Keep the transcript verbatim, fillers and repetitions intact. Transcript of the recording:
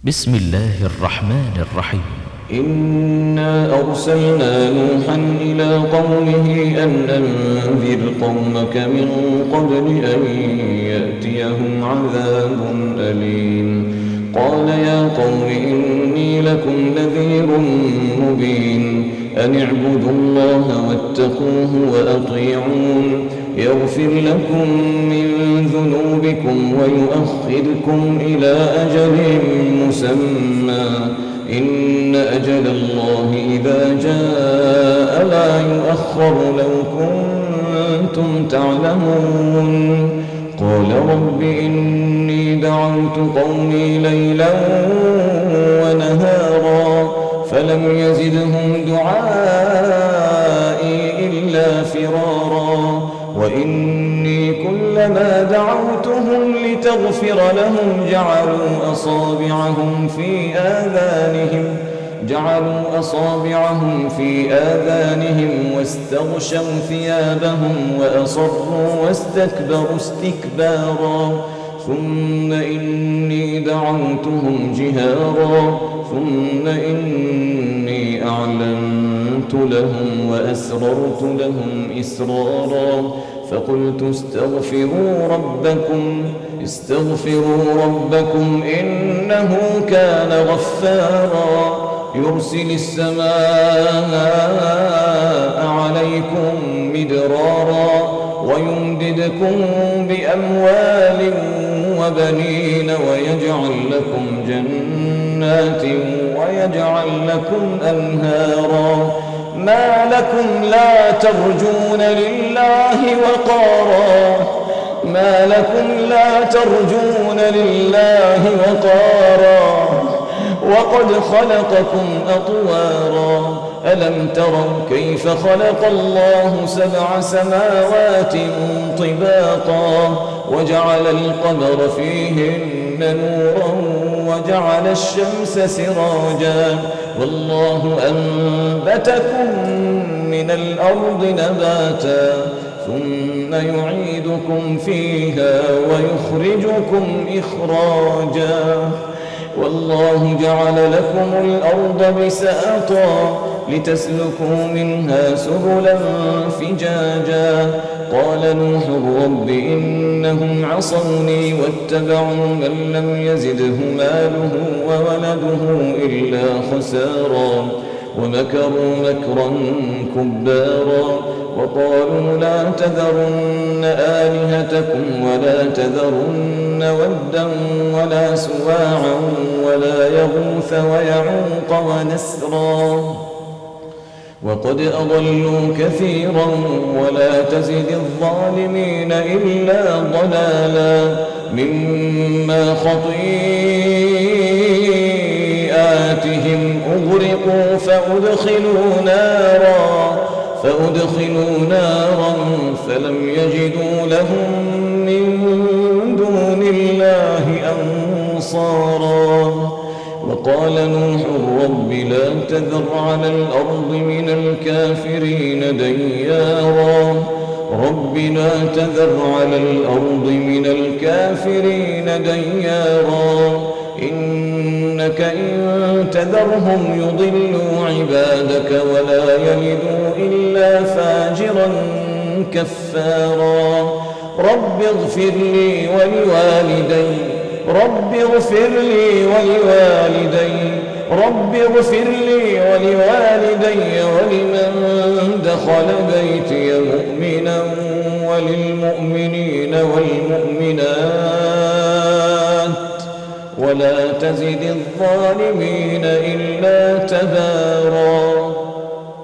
بسم الله الرحمن الرحيم. إنا أرسلنا نوحا إلى قومه أن أنذر قومك من قبل أن يأتيهم عذاب أليم. قال يا قوم إني لكم نذير مبين أن اعبدوا الله واتقوه وأطيعون يغفر لكم من ذنوبكم ويؤخركم إلى أجل مسمى إن أجل الله إذا جاء لا يؤخر لو كنتم تعلمون. قال رب إني دعوت قومي ليلا ونهارا فلم يزدهم دعائي إلا فرارا وإني كلما دعوتهم لتغفر لهم جعلوا أصابعهم في آذانهم جعلوا أصابعهم في آذانهم واستغشوا ثيابهم وأصروا واستكبروا استكبارا ثم إني دعوتهم جهارا ثم إني أعلنت لهم وأسررت لهم إسرارا فقلت استغفروا ربكم استغفروا ربكم إنه كان غفارا يرسل السماء عليكم مدرارا ويمددكم بأموال وبنين ويجعل لكم جنات ويجعل لكم أنهارا ما لكم لا ترجون لله وقارا ما لكم لا ترجون لله وقارا وقد خلقكم أطوارا ألم تروا كيف خلق الله سبع سماوات طباقا وجعل القمر فيهن نورا وجعل الشمس سراجا والله أنبتكم من الأرض نباتا ثم يعيدكم فيها ويخرجكم إخراجا والله جعل لكم الأرض بساطا لتسلكوا منها سبلا فجاجا قال نوح رب إنهم عصوني واتبعوا من لم يزده ماله وولده إلا خسارا ومكروا مكرا كبارا وقالوا لا تذرن آلهتكم ولا تذرن ودا ولا سواعا ولا يغوث ويعوق ونسرا وقد أضلوا كثيرا ولا تزد الظالمين إلا ضلالا مما خطيئاتهم أغرقوا فأدخلوا نارا فأدخلوا نارا فلم يجدوا لهم من دون الله أنصارا وقال نوح رب لا تذر على الأرض من الكافرين ديارا رب لا تذر على الأرض من الكافرين ديارا إنك إن تذرهم يضلوا عبادك ولا يلدوا إلا فاجرا كفارا رب اغفر لي ولوالدي رب اغفر لي ولوالدي رب اغفر لي ولوالدي ولمن دخل بيتي مؤمنا وللمؤمنين والمؤمنات ولا تزد الظالمين إلا تبارا.